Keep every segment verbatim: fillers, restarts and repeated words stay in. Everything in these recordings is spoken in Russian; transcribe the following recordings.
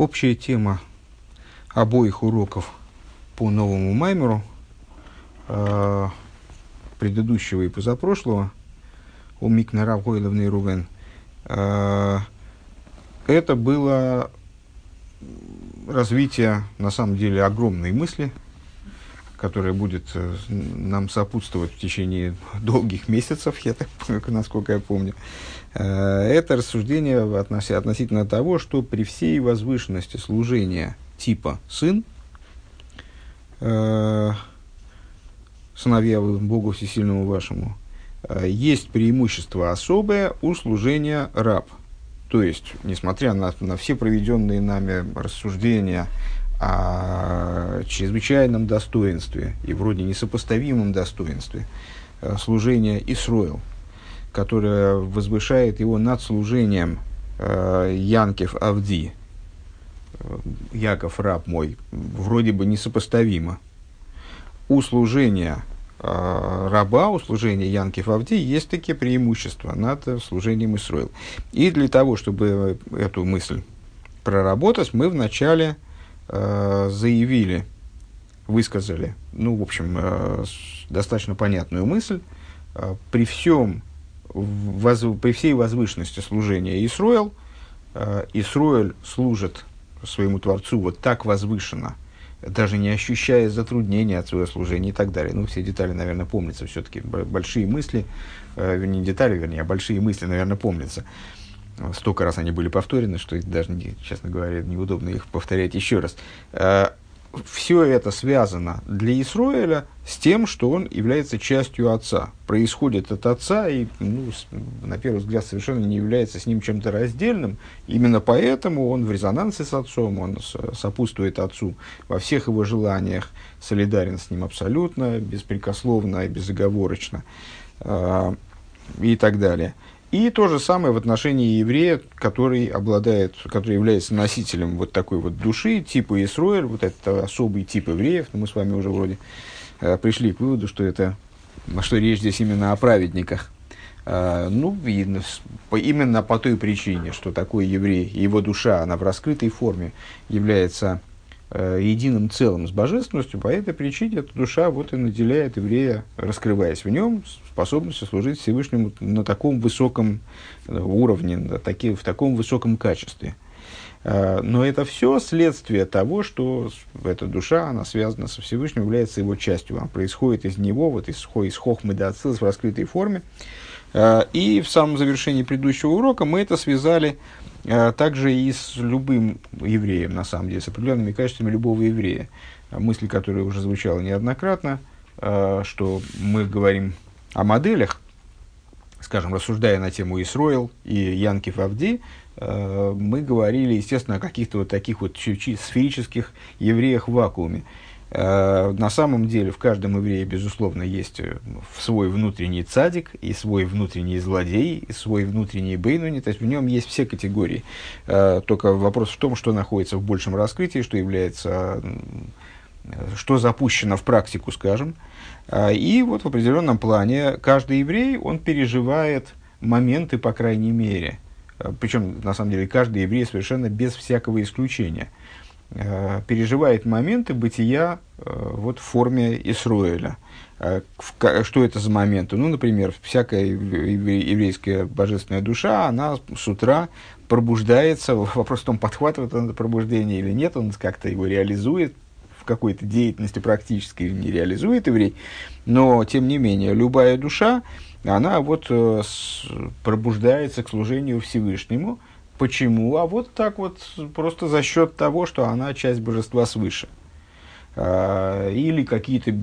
Общая тема обоих уроков по новому маймеру, э, предыдущего и позапрошлого, у Микна Рав Гойловны Рувен, э, это было развитие, на самом деле, огромной мысли, которая будет э, нам сопутствовать в течение долгих месяцев, я так, насколько я помню. Э, это рассуждение относи, относительно того, что при всей возвышенности служения типа сын, э, сыновья Богу Всесильному вашему, э, есть преимущество особое у служения раб. То есть, несмотря на, на все проведенные нами рассуждения о чрезвычайном достоинстве и вроде несопоставимом достоинстве э, служения Исроэл, которое возвышает его над служением э, Янкев Авди, э, Яков раб мой, вроде бы несопоставимо. У служения э, раба, у служения Янкев Авди есть такие преимущества над служением Исроэл. И для того, чтобы эту мысль проработать, мы вначале заявили, высказали, ну, в общем, э, достаточно понятную мысль, э, при всем, воз, при всей возвышенности служения Исроэл, э, Исроэль служит своему Творцу вот так возвышенно, даже не ощущая затруднения от своего служения и так далее. Ну, все детали, наверное, помнятся все-таки, большие мысли, э, вернее, детали, вернее, а большие мысли, наверное, помнятся. Столько раз они были повторены, что даже, честно говоря, неудобно их повторять еще раз. Все это связано для Исроэля с тем, что он является частью Отца. Происходит от Отца и, ну, на первый взгляд, совершенно не является с ним чем-то раздельным. Именно поэтому он в резонансе с Отцом, он сопутствует Отцу во всех его желаниях, солидарен с ним абсолютно, беспрекословно и безоговорочно и так далее. И то же самое в отношении еврея, который обладает, который является носителем вот такой вот души, типа Исроэль, вот это особый тип евреев. Мы с вами уже вроде э, пришли к выводу, что это, что речь здесь именно о праведниках. Э, ну, и, по, именно по той причине, что такой еврей, его душа, она в раскрытой форме является э, единым целым с божественностью, по этой причине эта душа вот и наделяет еврея, раскрываясь в нем, способностью служить Всевышнему на таком высоком уровне, на таки, в таком высоком качестве. Но это все следствие того, что эта душа, она связана со Всевышним, является его частью, она происходит из него, вот из, из хохмы до ацилус в раскрытой форме. И в самом завершении предыдущего урока мы это связали также и с любым евреем, на самом деле, с определенными качествами любого еврея. Мысль, которая уже звучала неоднократно, что мы говорим о моделях, скажем, рассуждая на тему Исроэл и Янкев Авди, э, мы говорили, естественно, о каких-то вот таких вот сферических евреях в вакууме. Э, на самом деле в каждом еврее, безусловно, есть свой внутренний цадик, и свой внутренний злодей, и свой внутренний бейнуни, то есть в нем есть все категории. Э, только вопрос в том, что находится в большем раскрытии, что является, что запущено в практику, скажем. И вот в определенном плане каждый еврей, он переживает моменты, по крайней мере, причем, на самом деле, каждый еврей совершенно без всякого исключения, переживает моменты бытия вот, в форме Исроэля. Что это за моменты? Ну, например, всякая еврейская божественная душа, она с утра пробуждается, вопрос в том, подхватывает он это пробуждение или нет, он как-то его реализует, в какой-то деятельности практически не реализует еврей, но, тем не менее, любая душа, она вот э, с, пробуждается к служению Всевышнему. Почему? А вот так вот, просто за счет того, что она часть божества свыше. А, или какие-то,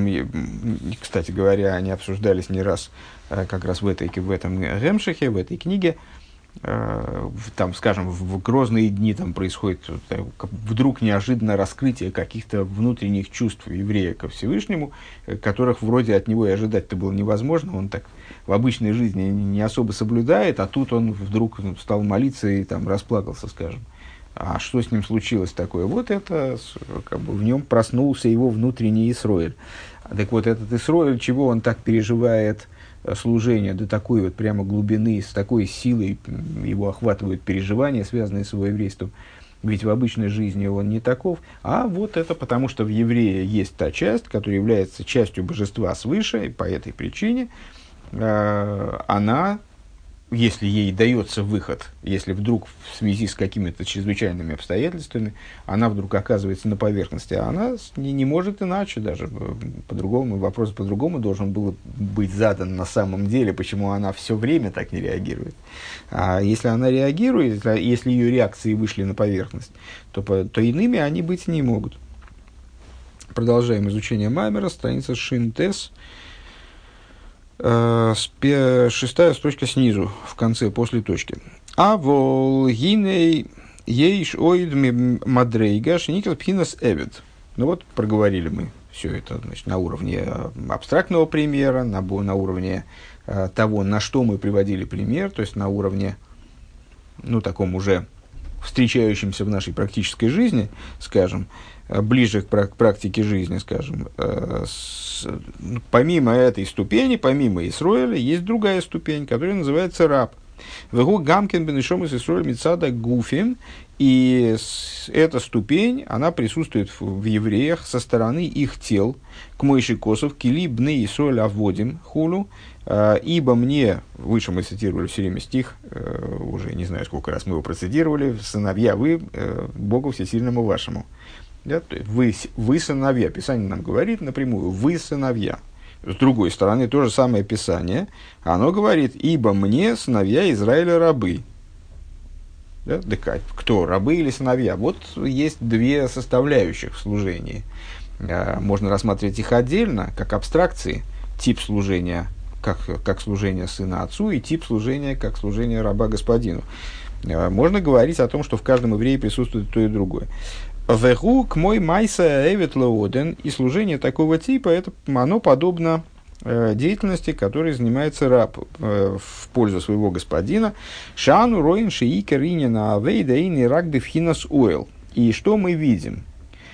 кстати говоря, они обсуждались не раз, как раз в, этой, в этом Гемшехе, в этой книге. Там, скажем, в грозные дни там происходит вдруг неожиданное раскрытие каких-то внутренних чувств еврея ко Всевышнему, которых вроде от него и ожидать-то было невозможно. Он так в обычной жизни не особо соблюдает, а тут он вдруг стал молиться и там расплакался, скажем. А что с ним случилось такое? Вот это, как бы, в нем проснулся его внутренний Исроэль. Так вот, этот Исроэль, чего он так переживает служения до такой вот прямо глубины, с такой силой его охватывают переживания, связанные с его еврейством. ведь в обычной жизни он не таков. А вот это потому, что в еврее есть та часть, которая является частью божества свыше, и по этой причине э, она, если ей дается выход, если вдруг в связи с какими-то чрезвычайными обстоятельствами она вдруг оказывается на поверхности, а она не, не может иначе, даже по-другому, вопрос по-другому должен был быть задан на самом деле, почему она все время так не реагирует. А если она реагирует, если, если ее реакции вышли на поверхность, то, то иными они быть не могут. Продолжаем изучение Маймера, страница Шинтес. Шестая строчка снизу, в конце, после точки. А вол гиней ейш оид мадрейга шникел пхинас эвид. Ну вот, проговорили мы все это, значит, на уровне абстрактного примера, на, на уровне э, того, на что мы приводили пример, то есть на уровне, ну, таком уже встречающемся в нашей практической жизни, скажем, ближе к практике жизни, скажем, с, помимо этой ступени, помимо Исроэля, есть другая ступень, которая называется раб. Вегу гамкин бенешом из Исроэля мицада гуфин, и эта ступень, она присутствует в, в евреях со стороны их тел, к Мойши Косов, кили бны Исроэль аводим хулу, ибо мне, выше мы цитировали все время стих, уже не знаю, сколько раз мы его процитировали, сыновья вы, Богу всесильному вашему. Да, то есть вы, вы сыновья. Писание нам говорит напрямую, вы сыновья. С другой стороны, то же самое Писание, оно говорит, ибо мне сыновья Израиля рабы. Да, да, кто, рабы или сыновья? Вот есть две составляющих в служении. Можно рассматривать их отдельно, как абстракции, тип служения, как, как служение сына отцу, и тип служения, как служение раба господину. Можно говорить о том, что в каждом еврее присутствует то и другое. Вегу к мой майса эвет лооден, и служение такого типа, это, оно подобно э, деятельности, которой занимается раб э, в пользу своего господина. Шану роин шиика ринина авейда ини рагби вхинас уэл. И что мы видим?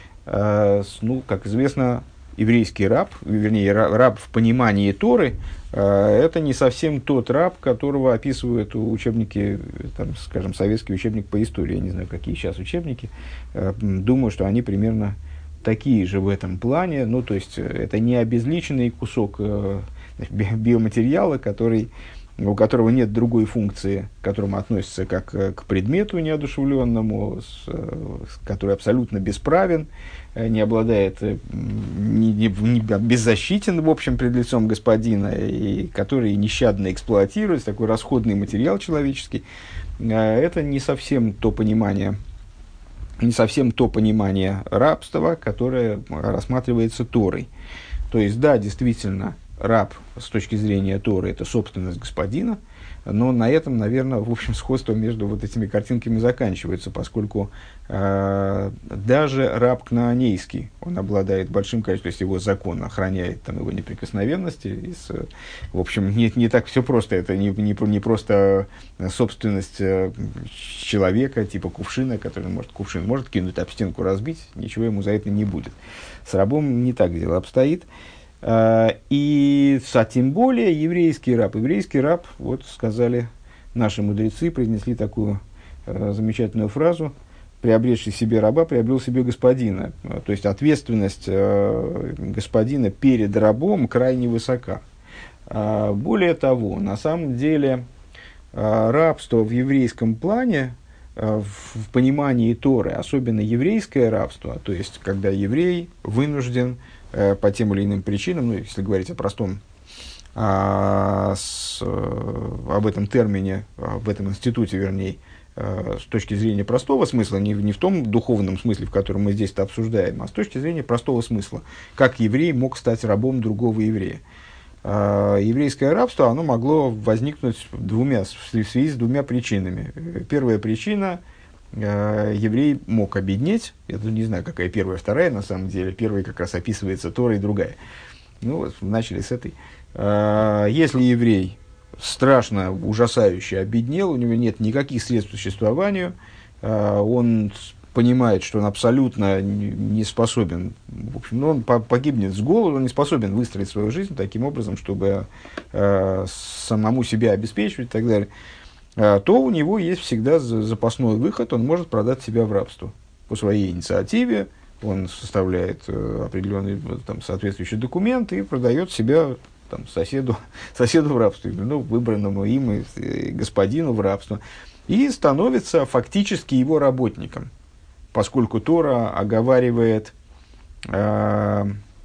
Э, ну, как известно, еврейский раб, вернее, раб в понимании Торы, это не совсем тот раб, которого описывают учебники, там, скажем, советский учебник по истории. Я не знаю, какие сейчас учебники. Думаю, что они примерно такие же в этом плане. Ну, то есть, это не обезличенный кусок биоматериала, который, у которого нет другой функции, к которому относится как к предмету неодушевленному, с, с, который абсолютно бесправен, не обладает, не, не, не беззащитен, в общем, пред лицом господина, и который нещадно эксплуатируется, такой расходный материал человеческий. Это не совсем то понимание, не совсем то понимание рабства, которое рассматривается Торой. То есть, да, действительно, раб с точки зрения Торы – это собственность господина, но на этом, наверное, в общем, сходство между вот этими картинками заканчивается, поскольку э, даже раб кнаанейский, он обладает большим количеством, то есть его закон охраняет там, его неприкосновенность. И с, в общем, не, не так все просто, это не, не, не просто собственность человека, типа кувшина, который может кувшин может кинуть об стенку, разбить, ничего ему за это не будет. С рабом не так дело обстоит. И, а тем более, еврейский раб. Еврейский раб, вот сказали наши мудрецы, произнесли такую э, замечательную фразу: приобретший себе раба, приобрел себе господина. То есть, ответственность э, господина перед рабом крайне высока. А, более того, на самом деле, э, рабство в еврейском плане, э, в, в понимании Торы, особенно еврейское рабство, то есть, когда еврей вынужден по тем или иным причинам, ну, если говорить о простом, а, с, об этом термине, об этом институте, вернее, с точки зрения простого смысла, не, не в том духовном смысле, в котором мы здесь это обсуждаем, а с точки зрения простого смысла, как еврей мог стать рабом другого еврея. А, еврейское рабство, оно могло возникнуть двумя, в связи с двумя причинами. Первая причина – еврей мог обеднеть. Я не знаю, какая первая, вторая на самом деле. Первая как раз описывается Тора, и другая. Ну вот, начали с этой. Если еврей страшно, ужасающе обеднел, у него нет никаких средств к существованию, он понимает, что он абсолютно не способен, в общем, ну, он погибнет с голоду, он не способен выстроить свою жизнь таким образом, чтобы самому себя обеспечивать и так далее. то у него есть всегда запасной выход, он может продать себя в рабство по своей инициативе, он составляет определенные там, соответствующие документы и продает себя там, соседу, соседу в рабство, ну, выбранному им господину в рабство, и становится фактически его работником, поскольку Тора оговаривает, э,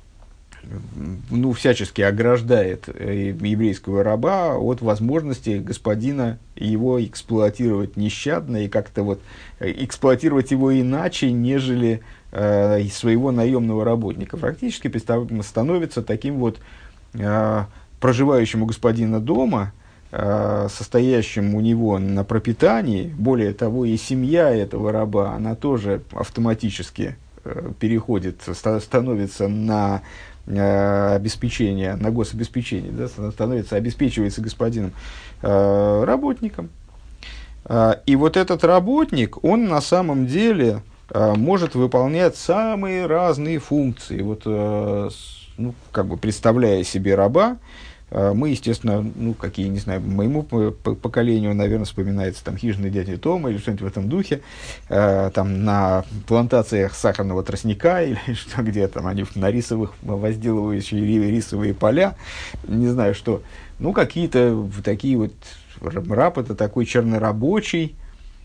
ну, всячески ограждает еврейского раба от возможности господина его эксплуатировать нещадно и как-то вот эксплуатировать его иначе, нежели э, своего наемного работника. Фактически становится таким вот э, проживающим у господина дома, э, состоящим у него на пропитании. Более того, и семья этого раба, она тоже автоматически э, переходит, ста- становится на обеспечение, на гособеспечение, да, становится, обеспечивается господином э, работником. Э, и вот этот работник, он на самом деле э, может выполнять самые разные функции. Вот, э, с, ну, как бы представляя себе раба, э, мы, естественно, ну, какие, не знаю, моему поколению, наверное, вспоминается там «Хижина дяди Тома» или что-нибудь в этом духе, э, там на плантациях сахарного тростника или что, где там они на рисовых, возделывающие рисовые поля, не знаю что. Ну, какие-то такие вот, раб это такой чернорабочий,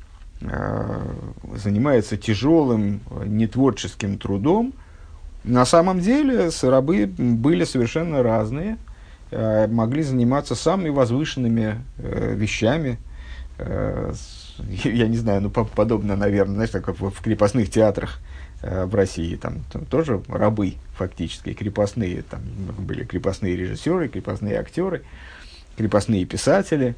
э, занимается тяжелым, нетворческим трудом. На самом деле рабы были совершенно разные, могли заниматься самыми возвышенными э, вещами. Э, я не знаю, ну, подобно, наверное, знаешь, так, как в, в крепостных театрах э, в России. Там, там тоже рабы фактически, крепостные. Там были крепостные режиссеры, крепостные актеры, крепостные писатели.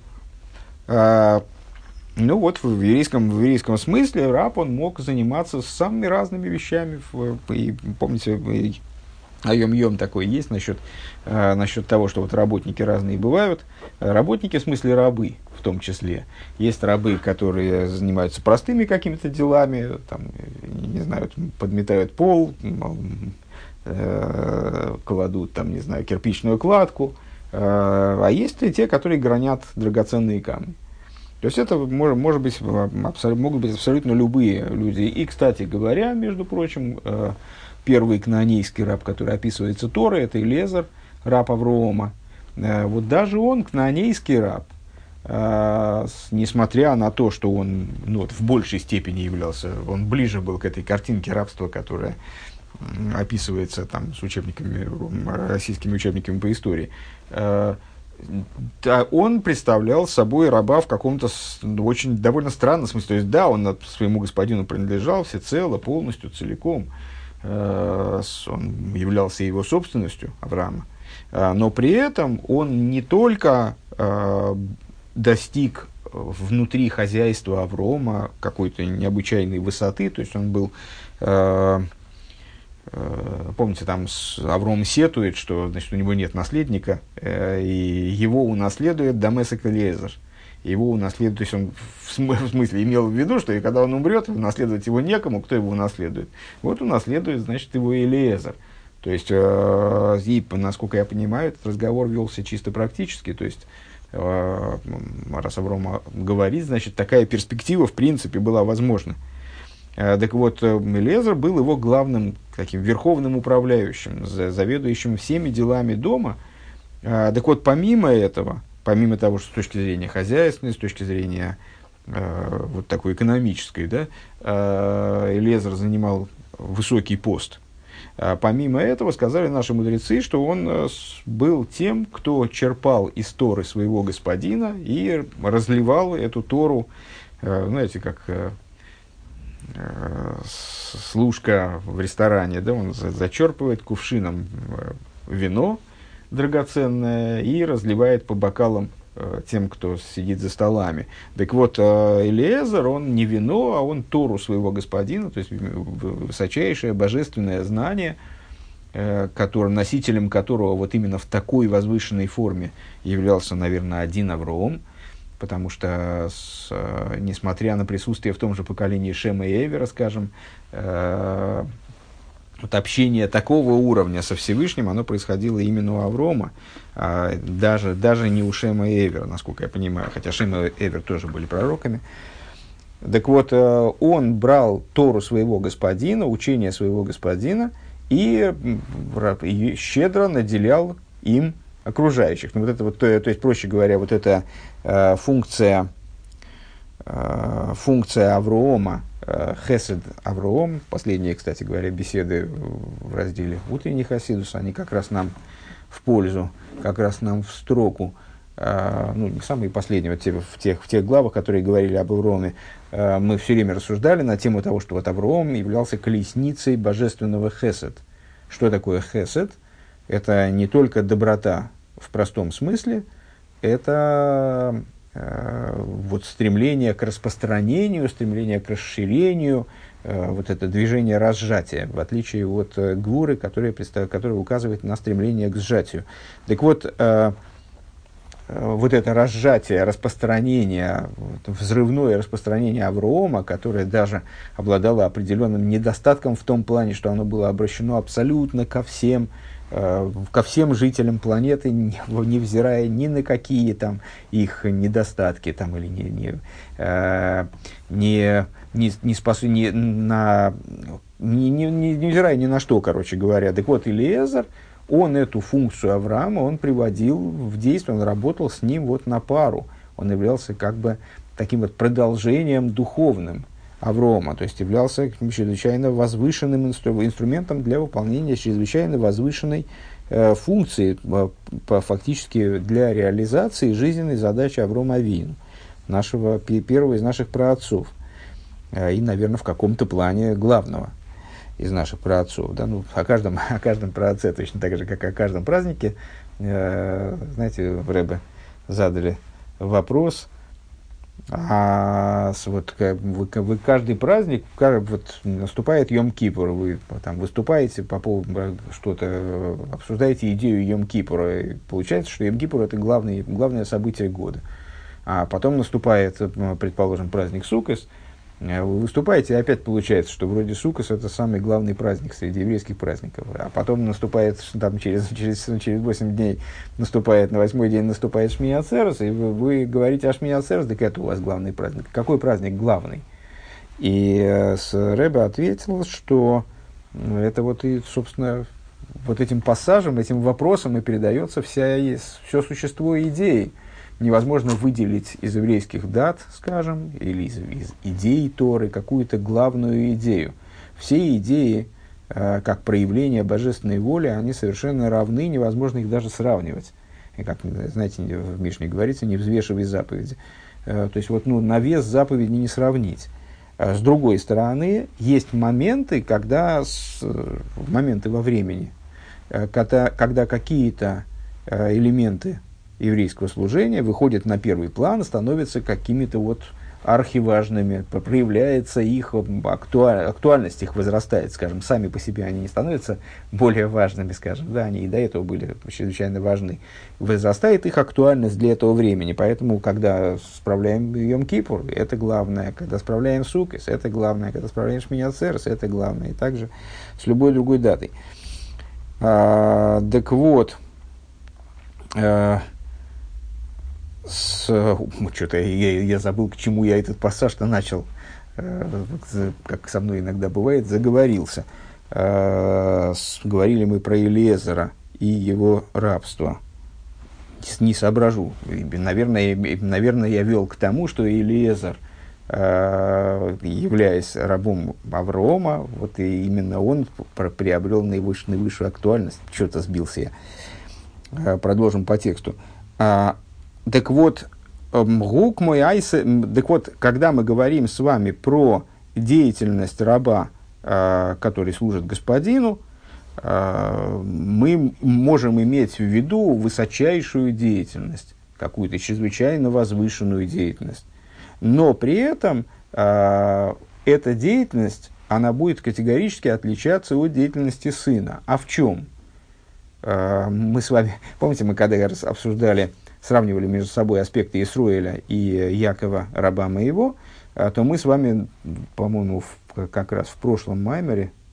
Э, ну вот, в еврейском, в еврейском смысле раб, он мог заниматься самыми разными вещами. И, помните, айом-йом такой есть насчет, э, насчет того, что вот работники разные бывают. Работники, в смысле рабы, в том числе. Есть рабы, которые занимаются простыми какими-то делами, там, не знаю, подметают пол, э, кладут, там, не знаю, кирпичную кладку. Э, а есть и те, которые гранят драгоценные камни. То есть это может, может быть, абсолютно, могут быть абсолютно любые люди. И, кстати говоря, между прочим, э, первый кнаанейский раб, который описывается Торой, это Элиэзер, раб Авроама. Э, вот даже он, кнаанейский раб, э, с, несмотря на то, что он, ну, вот, в большей степени являлся, он ближе был к этой картинке рабства, которая э, описывается там, с учебниками, российскими учебниками по истории, э, да, он представлял собой раба в каком-то очень довольно странном смысле. То есть, да, он своему господину принадлежал всецело, полностью, целиком. Э, он являлся его собственностью, Авраама. Э, но при этом он не только э, достиг внутри хозяйства Аврома какой-то необычайной высоты, то есть он был... Э, Помните, там Авром сетует, что, значит, у него нет наследника, э, и его унаследует Дамесек Элиэзер. Его унаследует, то есть он в, см- в смысле имел в виду, что и когда он умрет, унаследовать его некому, кто его унаследует. Вот унаследует, значит, его Элиэзер. То есть, э, и, насколько я понимаю, этот разговор велся чисто практически, то есть, э, раз Авром говорит, значит, такая перспектива, в принципе, была возможна. Так вот, Элиэзер был его главным, таким верховным управляющим, заведующим всеми делами дома. Так вот, помимо этого, помимо того, что с точки зрения хозяйственной, с точки зрения э, вот такой экономической, да, Элиэзер занимал высокий пост. Помимо этого, сказали наши мудрецы, что он был тем, кто черпал из Торы своего господина и разливал эту Тору, знаете, как... служка в ресторане, да, он зачерпывает кувшином вино драгоценное и разливает по бокалам тем, кто сидит за столами. Так вот, Элиэзер, он не вино, а он Тору своего господина, то есть высочайшее божественное знание, который, носителем которого вот именно в такой возвышенной форме являлся, наверное, один Авраам. Потому что, с, несмотря на присутствие в том же поколении Шема и Эвера, скажем, э, вот общение такого уровня со Всевышним, оно происходило именно у Аврома, а, даже, даже не у Шема и Эвера, насколько я понимаю, хотя Шем и Эвер тоже были пророками. Так вот, он брал Тору своего господина, учение своего господина, и, и щедро наделял им окружающих. Ну, вот это вот, то, то есть, проще говоря, вот эта э, функция, э, функция Аврома, э, Хесед Авроом, последние, кстати говоря, беседы в разделе «Утренний Хасидус», они как раз нам в пользу, как раз нам в строку, э, ну, не самые последние, вот те, в, тех, в тех главах, которые говорили об Аврооме, э, мы все время рассуждали на тему того, что вот Авроом являлся колесницей божественного Хесед. Что такое Хесед? Это не только доброта в простом смысле, это э, вот стремление к распространению, стремление к расширению, э, вот это движение разжатия, в отличие от э, гвуры, которая, которая указывает на стремление к сжатию. Так вот, э, вот это разжатие, распространение, вот, взрывное распространение Авроома, которое даже обладало определенным недостатком в том плане, что оно было обращено абсолютно ко всем, э, ко всем жителям планеты, невзирая ни на какие там их недостатки, там, или не, не, э, не, не, не, способ, не, на, не, не, не, невзирая ни на что, короче говоря. Так вот, Элиэзер, он эту функцию Авраама, он приводил в действие, он работал с ним вот на пару. Он являлся как бы таким вот продолжением духовным Аврома, то есть являлся чрезвычайно возвышенным инстру- инструментом для выполнения чрезвычайно возвышенной э, функции, э, по, фактически для реализации жизненной задачи Аврома Авину, нашего, первого из наших праотцов, э, и, наверное, в каком-то плане главного из наших праотцов, да, ну, о каждом, о каждом праотце, точно так же, как о каждом празднике, э, знаете, в Ребе задали вопрос, а с, вот, вы, вы каждый праздник, вот, наступает Йом-Кипур, вы там выступаете по поводу что-то, обсуждаете идею Йом-Кипура, и получается, что Йом-Кипур — это главный, главное событие года. А потом наступает, предположим, праздник Суккос, вы выступаете, и опять получается, что вроде Суккос — это самый главный праздник среди еврейских праздников. А потом наступает, там, через, через, через восемь дней наступает, на восьмой день наступает Шмини Ацерес, и вы, вы говорите о Шмини Ацерес, так это у вас главный праздник. Какой праздник главный? И э, с Ребе ответил, что это вот и, собственно, вот этим пассажем, этим вопросом и передается вся, все существо идеи. Невозможно выделить из еврейских дат, скажем, или из, из идей Торы какую-то главную идею. Все идеи, э, как проявление божественной воли, они совершенно равны, невозможно их даже сравнивать. И как, знаете, в Мишне говорится, не взвешивай заповеди. Э, то есть, вот, ну, на вес заповеди не сравнить. А с другой стороны, есть моменты, когда, с, моменты во времени, э, когда, когда какие-то э, элементы еврейского служения выходят на первый план, становятся какими-то вот архиважными, проявляется их актуаль, актуальность, их возрастает, скажем, сами по себе они не становятся более важными, скажем, да, они и до этого были чрезвычайно важны. Возрастает их актуальность для этого времени, поэтому, когда справляем Йом-Кипур, это главное, когда справляем Суккос, это главное, когда справляем Шмини Ацерес, это главное, и также с любой другой датой. А, так вот, а, С, что-то я, я забыл, к чему я этот пассаж-то начал, э, как со мной иногда бывает, заговорился. Э, с, говорили мы про Элиэзера и его рабство. Не соображу. Наверное, наверное, я вел к тому, что Элиэзер, э, являясь рабом Авроома, вот и именно он приобрел наивысшую, наивысшую актуальность. Что-то сбился я. Э, продолжим по тексту. Так вот, гук мой айсе, так вот, когда мы говорим с вами про деятельность раба, э, который служит господину, э, мы можем иметь в виду высочайшую деятельность, какую-то чрезвычайно возвышенную деятельность. Но при этом э, эта деятельность, она будет категорически отличаться от деятельности сына. А в чем? Э, мы с вами, помните, мы когда обсуждали, сравнивали между собой аспекты Исруэля и Якова, раба моего, то мы с вами, по-моему, в, как раз в прошлом маймере,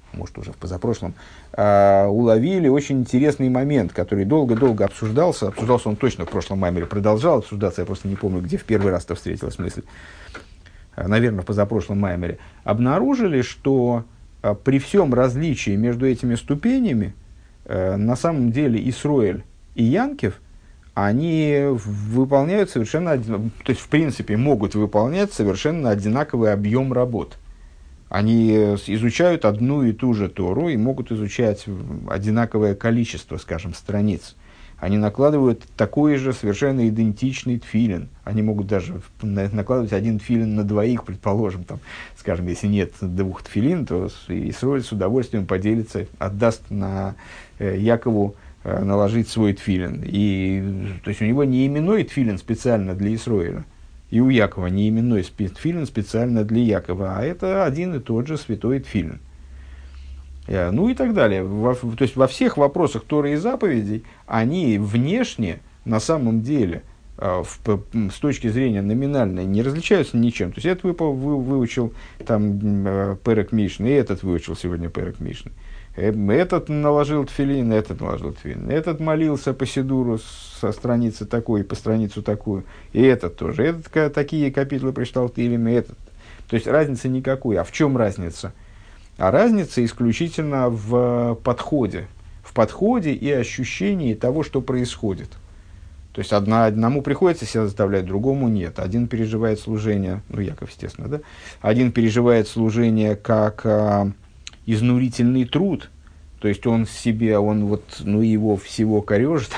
может, уже в позапрошлом, э, уловили очень интересный момент, который долго-долго обсуждался. Обсуждался он точно в прошлом маймере, продолжал обсуждаться, я просто не помню, где в первый раз-то встретилась мысль. Э, наверное, в позапрошлом маймере. Обнаружили, что э, при всем различии между этими ступенями, э, на самом деле Исроэль и Янкев, они выполняют совершенно, один, то есть, в принципе, могут выполнять совершенно одинаковый объем работ. Они изучают одну и ту же Тору и могут изучать одинаковое количество, скажем, страниц. Они накладывают такой же совершенно идентичный тфилин. Они могут даже накладывать один тфилин на двоих, предположим. Там, скажем, если нет двух тфилин, то Исроэль с удовольствием поделится, отдаст на Якову наложить свой тфилин. И, то есть у него не именной тфилин специально для Исроэля, и у Якова не именной тфилин специально для Якова, а это один и тот же святой тфилин. Ну и так далее. Во, то есть во всех вопросах Торы и заповедей они внешне, на самом деле, в, с точки зрения номинальной, не различаются ничем. То есть этот выпал, вы, выучил там Перек Мишны, и этот выучил сегодня Перек Мишны. Этот наложил тфилин, этот наложил тфилин. Этот молился по сидуру со страницы такой, по страницу такую. И этот тоже. Этот такие капитлы прочитал Тилим, и этот. То есть разницы никакой. А в чем разница? А разница исключительно в подходе. В подходе и ощущении того, что происходит. То есть одна, одному приходится себя заставлять, другому нет. Один переживает служение, ну Яков, естественно, да? Один переживает служение как а, изнурительный труд. То есть он себе, он вот, ну его всего корежит,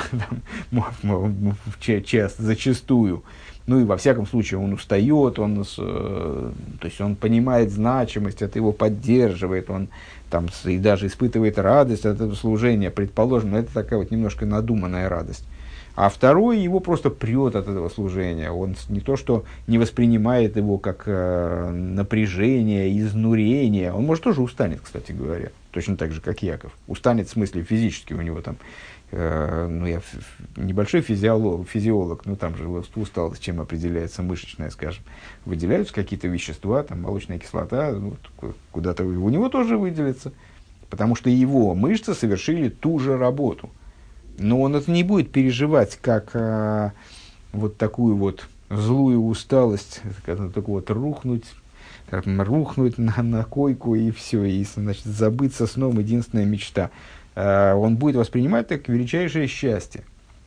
часто, зачастую. Ну и во всяком случае он устает, он, то есть он понимает значимость, это его поддерживает, он там и даже испытывает радость от этого служения, предположим, но это такая вот немножко надуманная радость. А второй его просто прет от этого служения. Он не то, что не воспринимает его как э, напряжение, изнурение. Он, может, тоже устанет, кстати говоря. Точно так же, как Яков. Устанет в смысле физически у него там. Э, ну, я ф- небольшой физиолог, физиолог, ну, там же усталость, чем определяется мышечная, скажем. Выделяются какие-то вещества, там, молочная кислота, ну, куда-то у него тоже выделится. Потому что его мышцы совершили ту же работу. Но он это не будет переживать как а, вот такую вот злую усталость, когда только вот рухнуть, рухнуть на, на койку и все, и значит, забыться сном, единственная мечта. А, он будет воспринимать это как величайшее счастье.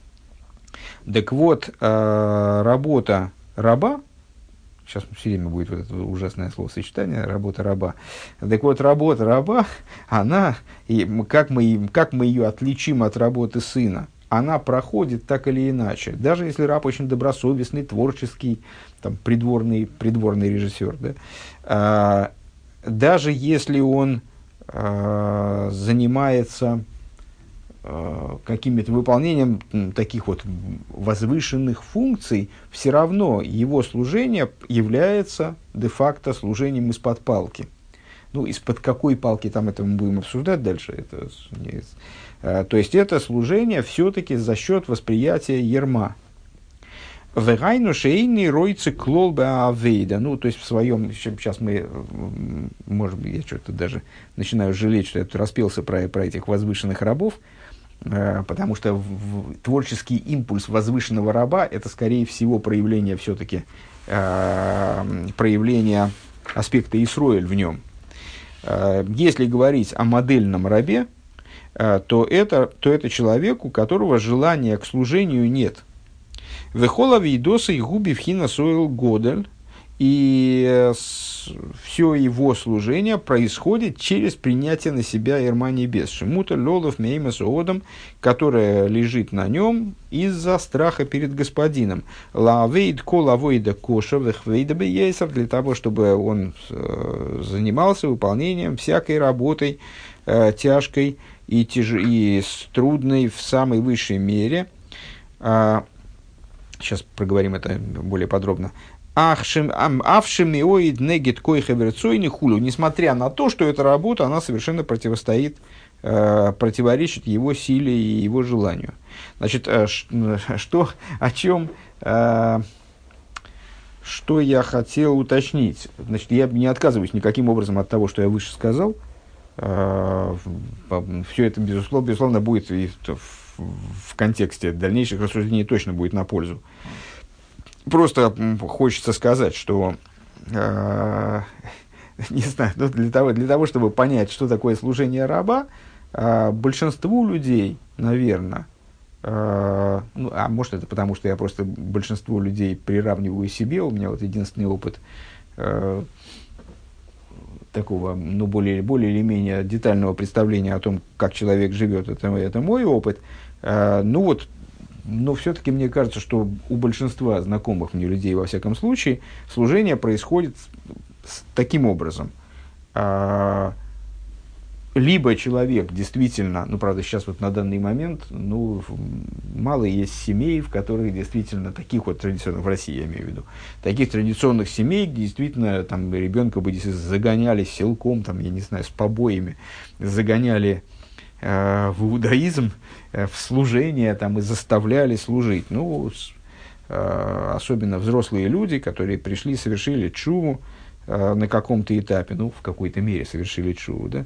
Так вот, а, работа раба, сейчас все время будет вот это ужасное словосочетание, работа раба. Так вот, работа раба, она, и как, мы, как мы ее отличим от работы сына, она проходит так или иначе. Даже если раб очень добросовестный, творческий, там, придворный, придворный режиссер, да, а, даже если он а, занимается каким-то выполнением таких вот возвышенных функций, все равно его служение является де-факто служением из-под палки. Ну, из-под какой палки там это мы будем обсуждать дальше. Это не, а, то есть, это служение все-таки за счет восприятия ерма. Вегайну шейный ройцы клолбе авейда. Ну, то есть, в своем... Сейчас мы... Может быть, я что-то даже начинаю жалеть, что я тут распелся про, про этих возвышенных рабов. Потому что в, в, творческий импульс возвышенного раба – это, скорее всего, проявление все-таки э, проявление аспекта Исроэль в нем. Э, если говорить о модельном рабе, э, то, это, то это человек, у которого желания к служению нет. «Вехола вейдоса и губи вхина сойл годель». И все его служение происходит через принятие на себя ерма небес. Шимута лолов мейма соодом, которая лежит на нем из-за страха перед господином. Лавейд колавойда коша вехвейда бейсер, для того, чтобы он э, занимался выполнением всякой работой э, тяжкой и, тяж... и трудной в самой высшей мере. А, сейчас проговорим это более подробно. Авшимиоид негит койхаверцойни хулю. Несмотря на то, что эта работа, она совершенно противостоит, э, противоречит его силе и его желанию. Значит, э, что, о чем, э, что я хотел уточнить? Значит, я не отказываюсь никаким образом от того, что я выше сказал. Все это, безусловно, безусловно, будет и в, в контексте дальнейших рассуждений точно будет на пользу. Просто хочется сказать, что э, не знаю, ну, для того, для того, чтобы понять, что такое служение раба, э, большинству людей, наверное, э, ну, а может это потому, что я просто большинство людей приравниваю себе, у меня вот единственный опыт э, такого, ну, более, более или менее детального представления о том, как человек живет, это, это мой опыт. Э, ну вот, но все-таки мне кажется, что у большинства знакомых мне людей, во всяком случае, служение происходит с, с таким образом. А, либо человек действительно, ну, правда, сейчас вот на данный момент, ну, мало есть семей, в которых действительно таких вот традиционных, в России я имею в виду, таких традиционных семей, где действительно там ребенка бы загоняли силком, там, я не знаю, с побоями, загоняли э, в иудаизм, э, в служение, там, и заставляли служить. Ну, с, э, особенно взрослые люди, которые пришли, совершили тшуву, на каком-то этапе, ну, в какой-то мере совершили тшуву, да,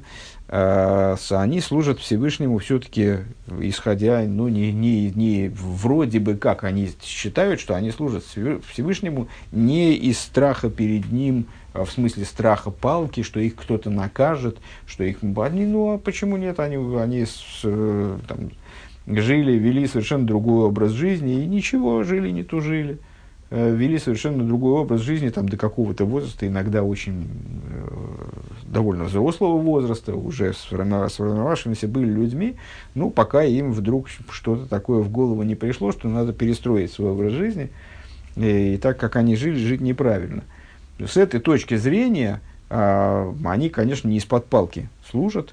а, они служат Всевышнему все-таки, исходя, ну, не, не, не вроде бы как они считают, что они служат Всевышнему не из страха перед ним, в смысле страха палки, что их кто-то накажет, что их, они, ну, а почему нет, они, они с, там, жили, вели совершенно другой образ жизни, и ничего, жили, не тужили. Вели совершенно другой образ жизни там, до какого-то возраста, иногда очень э, довольно взрослого возраста, уже сформировавшимися были людьми, ну, пока им вдруг что-то такое в голову не пришло, что надо перестроить свой образ жизни, и, и так, как они жили, жить неправильно. С этой точки зрения э, они, конечно, не из-под палки служат,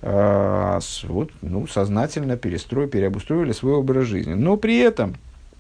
э, с, вот, ну, сознательно перестроили, переобустроили свой образ жизни. Но при этом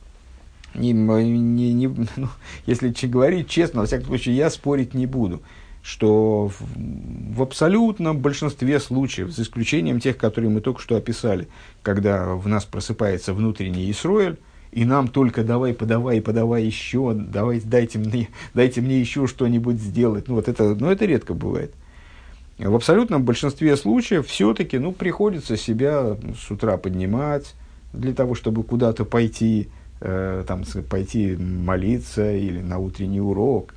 Не, не, не, ну, если говорить честно, во всяком случае, я спорить не буду, что в, в абсолютном большинстве случаев, за исключением тех, которые мы только что описали, когда в нас просыпается внутренний Исроэль, и нам только давай, подавай, подавай еще, давайте, дайте мне, дайте мне еще что-нибудь сделать. Ну, вот это, ну, это редко бывает. В абсолютном большинстве случаев все-таки, ну, приходится себя с утра поднимать для того, чтобы куда-то пойти, там, пойти молиться или на утренний урок.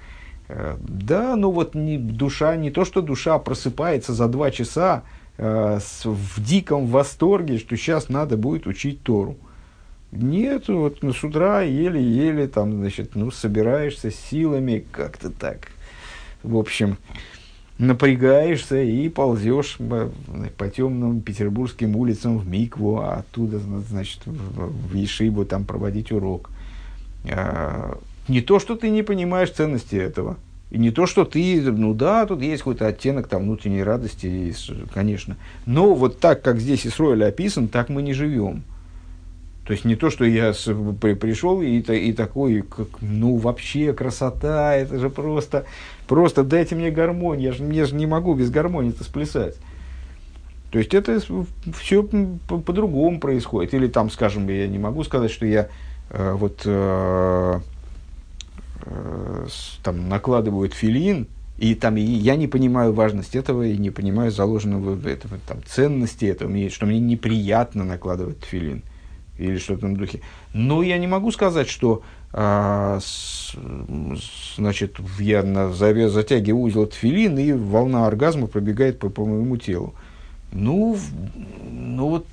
Да, ну вот не, душа, не то, что душа просыпается за два часа э, с, в диком восторге, что сейчас надо будет учить Тору. Нет, вот ну, с утра еле-еле там, значит, ну, собираешься с силами, как-то так. В общем, напрягаешься и ползешь по темным петербургским улицам в микву, а оттуда, значит, в ешиву там проводить урок. Не то, что ты не понимаешь ценности этого, и не то, что ты, ну да, тут есть какой-то оттенок там внутренней радости, конечно, но вот так, как здесь Исроэль описан, так мы не живем. То есть не то, что я с, при, пришел и, и такой, как, ну вообще красота, это же просто, просто дайте мне гармонь, я же, я же не могу без гармонии-то сплясать. То есть это все по- по-другому происходит. Или там, скажем, я не могу сказать, что я э, вот э, э, с, там накладываю тфилин, и там и я не понимаю важность этого, и не понимаю заложенного этого, там, ценности этого, мне, что мне неприятно накладывать тфилин. Или что-то в этом духе. Но я не могу сказать, что а, с, значит, я на, завяз, затягиваю узел тфилин, и волна оргазма пробегает по, по моему телу. Ну, ну вот,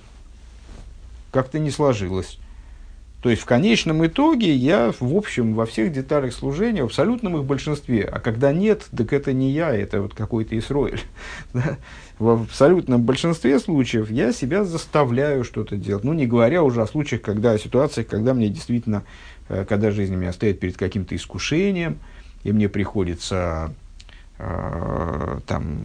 как-то не сложилось. То есть, в конечном итоге, я, в общем, во всех деталях служения, в абсолютном их большинстве, а когда нет, так это не я, это вот какой-то Исроэль. Да? В абсолютном большинстве случаев я себя заставляю что-то делать. Ну, не говоря уже о случаях, когда, о ситуациях, когда мне действительно, когда жизнь меня стоит перед каким-то искушением, и мне приходится, э, там,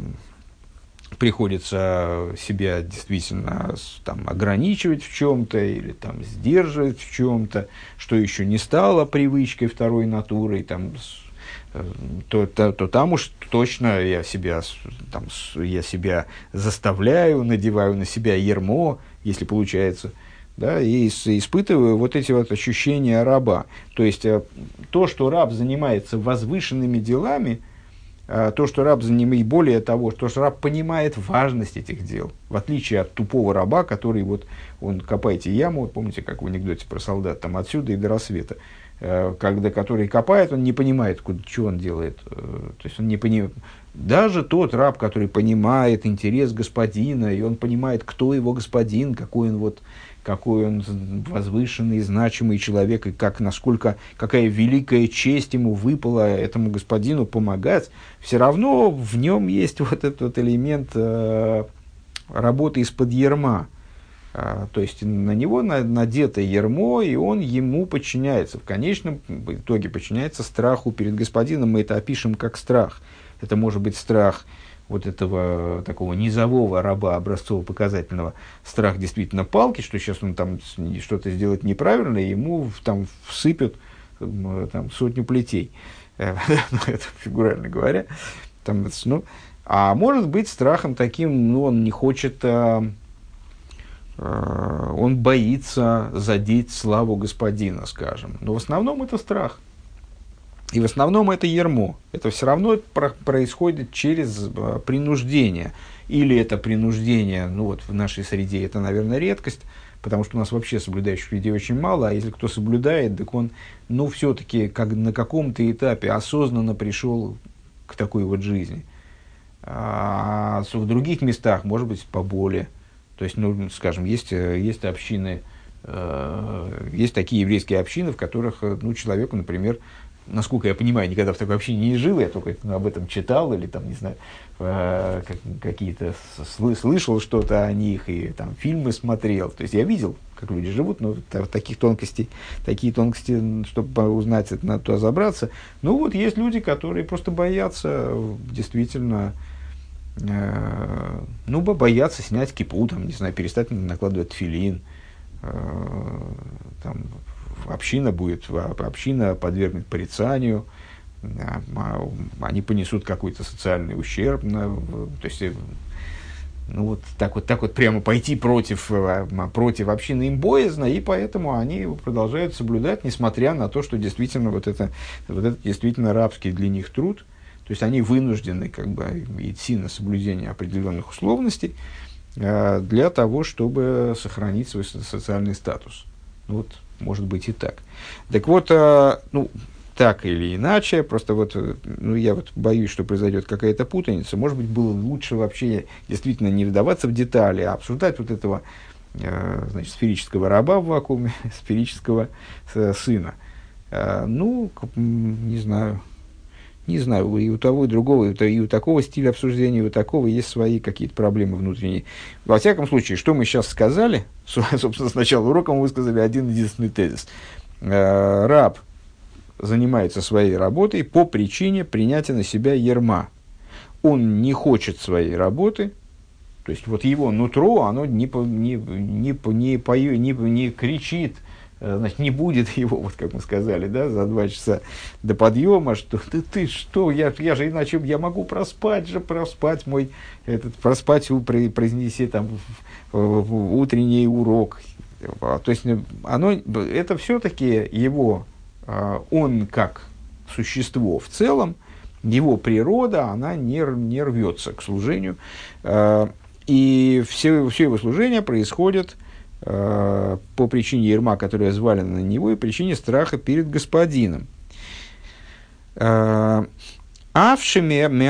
приходится себя действительно там, ограничивать в чем-то или там, сдерживать в чем-то, что еще не стало привычкой второй натурой, там, то, то, то там уж точно я себя, там, я себя заставляю, надеваю на себя ярмо, если получается, да, и испытываю вот эти вот ощущения раба. То есть то, что раб занимается возвышенными делами, то, что раб занимает, более того, то, что раб понимает важность этих дел, в отличие от тупого раба, который вот, он копаете яму, помните, как в анекдоте про солдат, там отсюда и до рассвета, когда который копает, он не понимает, куда, что он делает. То есть он не понимает. Даже тот раб, который понимает интерес господина, и он понимает, кто его господин, какой он, вот, какой он возвышенный, значимый человек, и как, насколько, какая великая честь ему выпала этому господину помогать, все равно в нем есть вот этот вот элемент э, работы из-под ярма. А, то есть на него надето ярмо, и он ему подчиняется. В конечном итоге подчиняется страху перед господином. Мы это опишем как страх. Это может быть страх вот этого такого низового раба, образцово-показательного. Страх действительно палки, что сейчас он там что-то сделает неправильно, и ему там всыпят там, сотню плетей. Это фигурально говоря. Там, ну, а может быть страхом таким, ну, он не хочет... Он боится задеть славу господина, скажем. Но в основном это страх. И в основном это ярмо. Это все равно про- происходит через э, принуждение. Или это принуждение, ну вот в нашей среде это, наверное, редкость, потому что у нас вообще соблюдающих людей очень мало, а если кто соблюдает, так он, ну, все-таки как на каком-то этапе осознанно пришел к такой вот жизни. А в других местах, может быть, поболее. То есть, ну, скажем, есть, есть общины, э, есть такие еврейские общины, в которых, ну, человеку, например, насколько я понимаю, никогда в такой общине не жил, я только об этом читал или там, не знаю, э, как, какие-то сл- слышал что-то о них и там фильмы смотрел. То есть я видел, как люди живут, но таких тонкостей, такие тонкости, чтобы узнать это, надо туда забраться. Ну вот есть люди, которые просто боятся действительно, э, ну, боятся снять кипу, там, не знаю, перестать накладывать тфилин, э, там, община будет, община подвергнет порицанию, они понесут какой-то социальный ущерб, то есть, ну вот так вот, так вот прямо пойти против, против общины им боязно, и поэтому они продолжают соблюдать, несмотря на то, что действительно вот это, вот это действительно рабский для них труд, то есть они вынуждены как бы идти на соблюдение определенных условностей для того, чтобы сохранить свой социальный статус. Вот, может быть и так. Так вот, ну, так или иначе, просто вот, ну, я вот боюсь, что произойдет какая-то путаница. Может быть, было лучше вообще действительно не вдаваться в детали, а обсуждать вот этого, значит, сферического раба в вакууме, сферического сына. Ну, не знаю. Не знаю, и у того, и у другого, и у такого стиля обсуждения, и у такого есть свои какие-то проблемы внутренние. Во всяком случае, что мы сейчас сказали, собственно, с начала урока мы высказали один единственный тезис. Раб занимается своей работой по причине принятия на себя ярма. Он не хочет своей работы, то есть вот его нутро, оно не, не, не, не, пою, не, не кричит, значит, не будет его, вот как мы сказали, да, за два часа до подъема, что ты, ты что, я, я же иначе, я могу проспать же, проспать мой, этот, проспать, произнеси там утренний урок. То есть, оно, это все-таки его, он как существо в целом, его природа, она не, не рвется к служению, и все, все его служение происходит по причине ярма, которая взвалена на него, и причине страха перед господином. Авше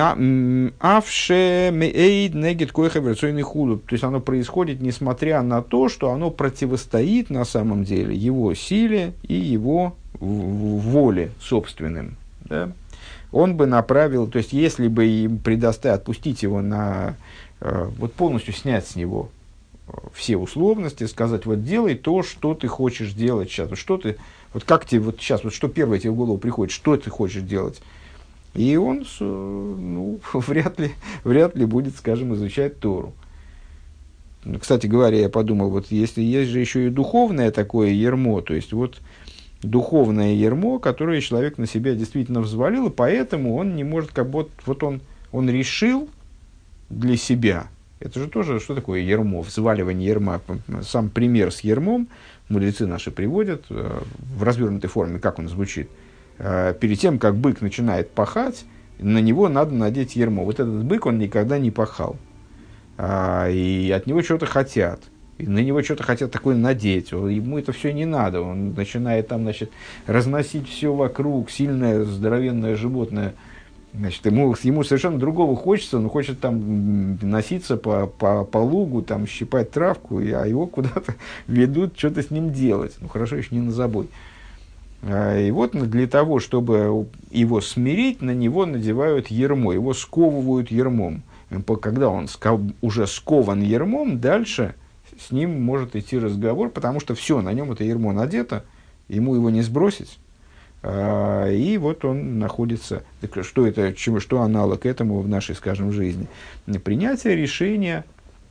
меэйд негет койха верцойный худу. То есть оно происходит, несмотря на то, что оно противостоит на самом деле его силе и его воле собственным. Да? Он бы направил, то есть если бы им предоставить, отпустить его на, вот полностью снять с него все условности, сказать, вот делай то, что ты хочешь делать сейчас, вот что ты, вот как тебе вот сейчас, вот что первое тебе в голову приходит, что ты хочешь делать, и он, ну, вряд ли, вряд ли будет, скажем, изучать Тору. Кстати говоря, я подумал, вот если есть же еще и духовное такое ярмо, то есть вот духовное ярмо, которое человек на себя действительно взвалил, и поэтому он не может, как будто, вот он, он решил для себя. Это же тоже, что такое ярмо, взваливание ярма. Сам пример с ярмом мудрецы наши приводят э, в развернутой форме, как он звучит. Э, перед тем, как бык начинает пахать, на него надо надеть ярмо. Вот этот бык, он никогда не пахал. А, и от него что-то хотят. И на него что-то хотят такое надеть. Ему это все не надо. Он начинает там, значит, разносить все вокруг. Сильное, здоровенное животное. Значит, ему, ему совершенно другого хочется. Он хочет там носиться по, по, по лугу, там, щипать травку, а его куда-то ведут что-то с ним делать. Ну, хорошо, еще не на забой. И вот для того, чтобы его смирить, на него надевают ярмо, его сковывают ярмом. Когда он уже скован ярмом, дальше с ним может идти разговор, потому что все, на нем это ярмо надето, ему его не сбросить. И вот он находится, что это, что аналог этому в нашей, скажем, жизни? Принятие решения,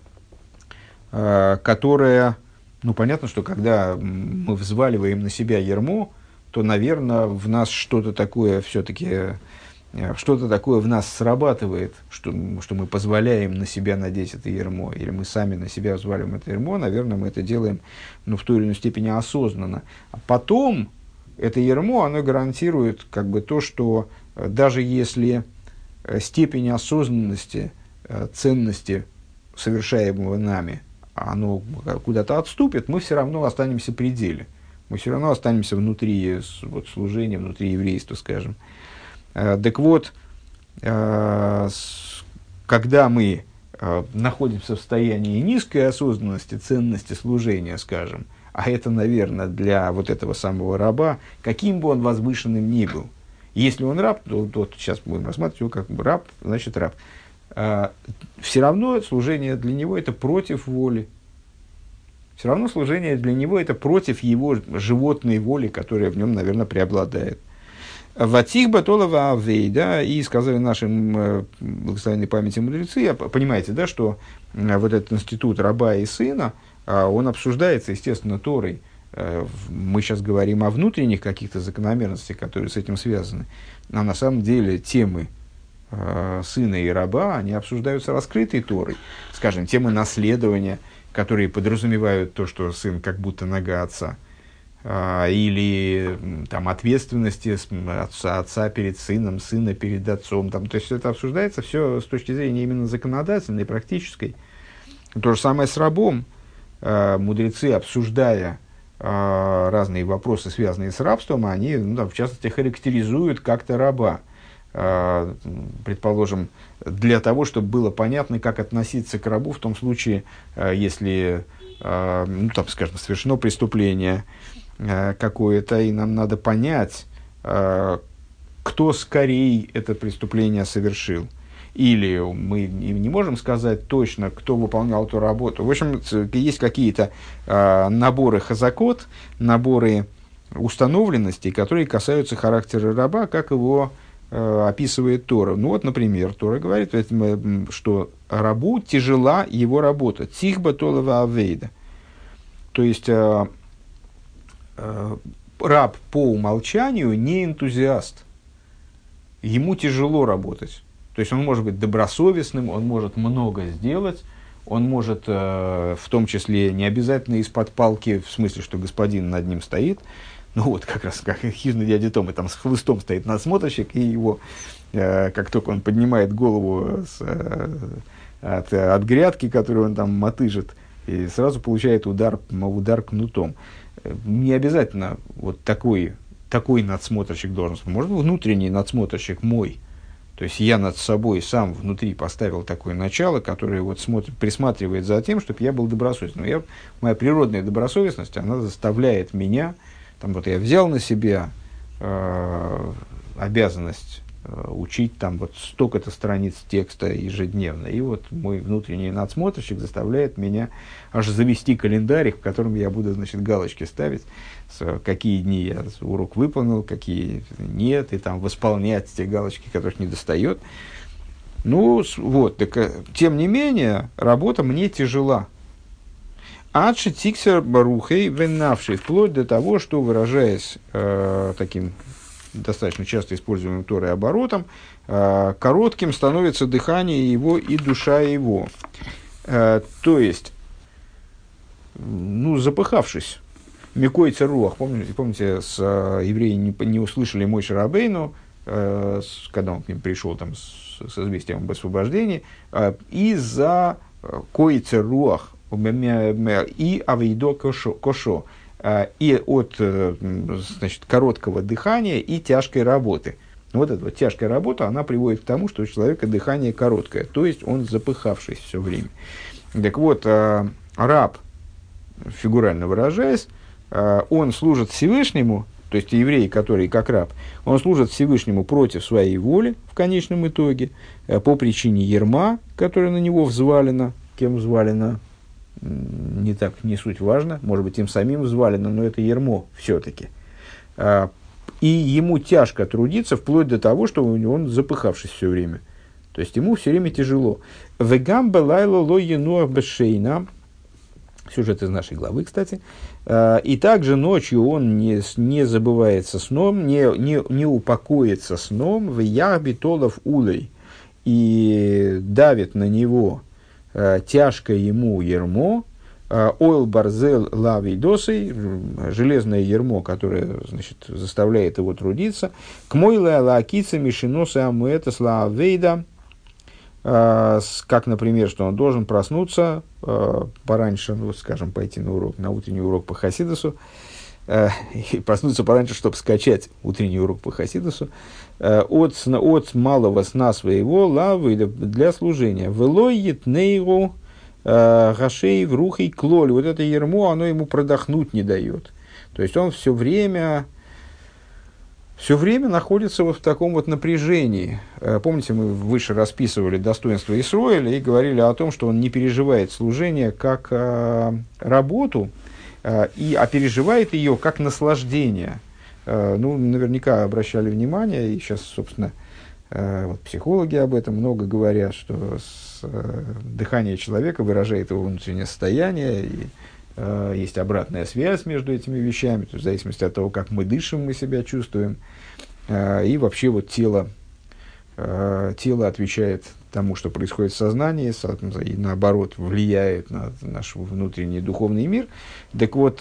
которое, ну, понятно, что когда мы взваливаем на себя ярмо, то, наверное, в нас что-то такое все-таки, что-то такое в нас срабатывает, что, что мы позволяем на себя надеть это ярмо, или мы сами на себя взваливаем это ярмо, наверное, мы это делаем, ну, в той или иной степени осознанно. А потом это ярмо, оно гарантирует как бы то, что даже если степень осознанности, ценности совершаемого нами, оно куда-то отступит, мы все равно останемся в пределе. Мы все равно останемся внутри вот, служения, внутри еврейства, скажем. Э, так вот, э, с, когда мы э, находимся в состоянии низкой осознанности, ценности служения, скажем, а это, наверное, для вот этого самого раба, каким бы он возвышенным ни был, если он раб, то, то сейчас будем рассматривать его как раб, значит раб, э, все равно служение для него это против воли. Все равно служение для него это против его животной воли, которая в нем, наверное, преобладает. Ватих батолова авей, да, и сказали нашим э, благословенной памяти мудрецы, понимаете, да, что э, вот этот институт раба и сына, э, он обсуждается, естественно, Торой. Э, мы сейчас говорим о внутренних каких-то закономерностях, которые с этим связаны. А на самом деле темы э, сына и раба, они обсуждаются раскрытой Торой. Скажем, темы наследования, которые подразумевают то, что сын как будто нога отца, а, или там, ответственности отца, отца перед сыном, сына перед отцом. Там, то есть это обсуждается все с точки зрения именно законодательной, практической. То же самое с рабом. А, мудрецы, обсуждая а, разные вопросы, связанные с рабством, они, ну, в частности, характеризуют как-то раба. Предположим, для того, чтобы было понятно, как относиться к рабу в том случае, если, ну, там, скажем, совершено преступление какое-то, и нам надо понять, кто скорее это преступление совершил. Или мы не можем сказать точно, кто выполнял эту работу. В общем, есть какие-то наборы хазакот, наборы установленностей, которые касаются характера раба, как его описывает Тора. Ну вот, например, Тора говорит, что рабу тяжела его работа. Тихба толова авейда. То есть, э, э, раб по умолчанию не энтузиаст. Ему тяжело работать. То есть, он может быть добросовестным, он может много сделать, он может, э, в том числе, не обязательно из-под палки, в смысле, что господин над ним стоит. Ну вот, как раз как хижный дядя Тома, там с хлыстом стоит надсмотрщик, и его, э, как только он поднимает голову с, э, от, от грядки, которую он там мотыжит, и сразу получает удар, удар кнутом. Не обязательно вот такой, такой надсмотрщик должен быть. Может, внутренний надсмотрщик мой. То есть я над собой сам внутри поставил такое начало, которое вот смотрит, присматривает за тем, чтобы я был добросовестным. Я, моя природная добросовестность, она заставляет меня... Там вот я взял на себя э, обязанность э, учить там вот столько-то страниц текста ежедневно. И вот мой внутренний надсмотрщик заставляет меня аж завести календарик, в котором я буду, значит, галочки ставить, с, какие дни я урок выполнил, какие нет, и там восполнять те галочки, которых не достает. Ну, вот, так, тем не менее, работа мне тяжела. Адши тиксер барухей венавший, вплоть до того, что, выражаясь э, таким достаточно часто используемым Торой оборотом, э, коротким становится дыхание его и душа его. Э, то есть, ну, запыхавшись, микойца руах, помните, помните, с э, евреи не, не услышали Моше Рабейну, э, с, когда он к ним пришел там, с, с известием об освобождении, э, из-за койцер руах и авейдо кошо, кошо э, и от э, значит, короткого дыхания и тяжкой работы. Вот эта вот тяжкая работа, она приводит к тому, что у человека дыхание короткое, то есть он запыхавшись все время. Так вот, э, раб, фигурально выражаясь, э, он служит Всевышнему, то есть еврей, который как раб, он служит Всевышнему против своей воли в конечном итоге, э, по причине ярма, которая на него взвалена. Кем взвалена, не так, не суть важно, может быть, им самим взвалено, но это ярмо все-таки. Э, и ему тяжко трудиться, вплоть до того, что он запыхавшись все время. То есть ему все время тяжело. Вегам белайло ло енуах бешейна. Сюжет из нашей главы, кстати. И также ночью он не, не забывается сном, не, не, не упокоится сном. В яхби толов улей. И давит на него тяжко ему ярмо. Ойл барзел лавей досой, железное ярмо, которое, значит, заставляет его трудиться. К мойле лаакица мишиноса амуэта славейда, как, например, что он должен проснуться пораньше, ну, скажем, пойти на урок, на утренний урок по Хасидусу, и проснуться пораньше, чтобы скачать утренний урок по Хасидусу, от, от малого сна своего лавы для служения. Велойет нейру гашей в рухей клоль. Вот это ярмо, оно ему продохнуть не дает. То есть он все время, все время находится вот в таком вот напряжении. Помните, мы выше расписывали достоинства Исроэля и говорили о том, что он не переживает служение как а, работу, а, и, а переживает ее как наслаждение. А, ну, наверняка обращали внимание, и сейчас, собственно, а, вот психологи об этом много говорят, что с, а, дыхание человека выражает его внутреннее состояние, и а, есть обратная связь между этими вещами, то есть в зависимости от того, как мы дышим, мы себя чувствуем. И вообще вот тело, тело отвечает тому, что происходит в сознании, и наоборот влияет на наш внутренний духовный мир. Так вот,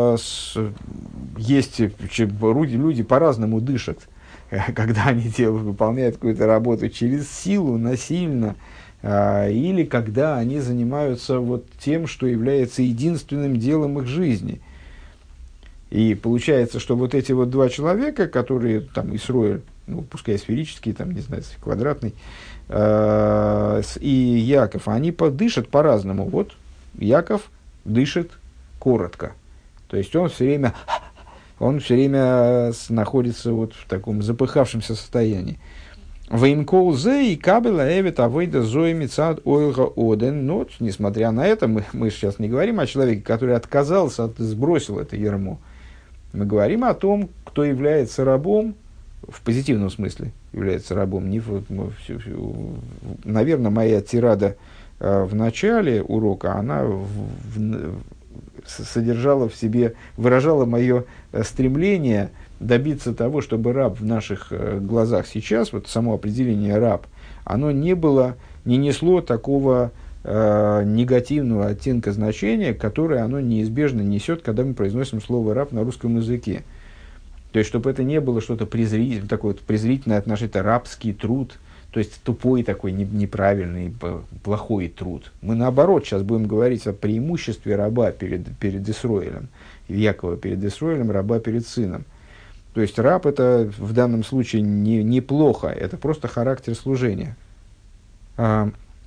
есть люди, люди по-разному дышат, когда они делают, выполняют какую-то работу через силу, насильно, или когда они занимаются вот тем, что является единственным делом их жизни. И получается, что вот эти вот два человека, которые, там, Исроэль, ну, пускай сферический, там, не знаю, квадратный, э, и Яков, они дышат по-разному. Вот Яков дышит коротко. То есть он все время, он все время находится вот в таком запыхавшемся состоянии. Веймкол зе и кабела эвет авейда зои мицад ойлга оден. Но, несмотря на это, мы, мы сейчас не говорим о человеке, который отказался, от, сбросил это ярмо. Мы говорим о том, кто является рабом, в позитивном смысле является рабом. Не в, в, в, наверное, моя тирада э, в начале урока, она в, в, содержала в себе, выражала мое стремление добиться того, чтобы раб в наших э, глазах сейчас, вот само определение раб, оно не было, не несло такого э, негативного оттенка значения, которое оно неизбежно несет, когда мы произносим слово «раб» на русском языке. То есть, чтобы это не было что-то презрительное, такое вот презрительное отношение, это рабский труд, то есть тупой такой, не, неправильный, плохой труд. Мы наоборот сейчас будем говорить о преимуществе раба перед, перед Исроэлем, Якова перед Исроэлем, раба перед сыном. То есть раб это в данном случае не, неплохо, это просто характер служения. А,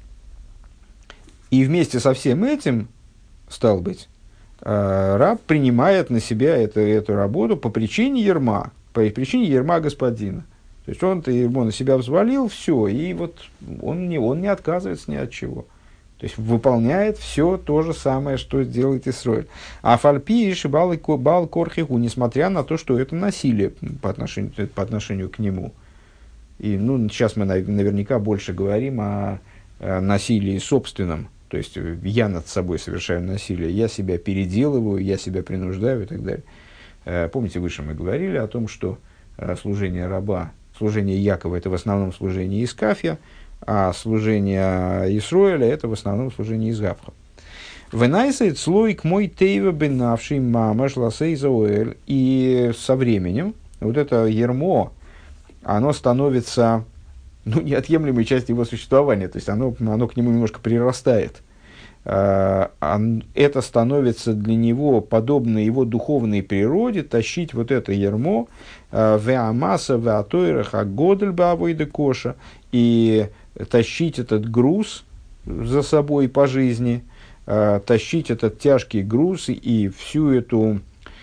и вместе со всем этим, стал быть, а, раб принимает на себя это, эту работу по причине ярма, по причине ярма господина. То есть он-то ярмо на себя взвалил, все, и вот он не, он не отказывается ни от чего. То есть выполняет все то же самое, что делает Исроэль. А фальпи и шибал корхиху, несмотря на то, что это насилие по отношению, по отношению к нему. И ну, сейчас мы наверняка больше говорим о, о насилии собственном. То есть я над собой совершаю насилие, я себя переделываю, я себя принуждаю и так далее. Помните, выше мы говорили о том, что служение раба, служение Якова – это в основном служение Искафья, а служение Исроэля – это в основном служение Изгавха. «Венайсает слой к мой тейва бенавший мама шласей заоэль». И со временем вот это ярмо, оно становится, ну, неотъемлемой частью его существования, то есть оно, оно к нему немножко прирастает. Это становится для него, подобно его духовной природе, тащить вот это ярмо веамаса веатойрах агодель бавойда коша, и тащить этот груз за собой по жизни, тащить этот тяжкий груз и всю эту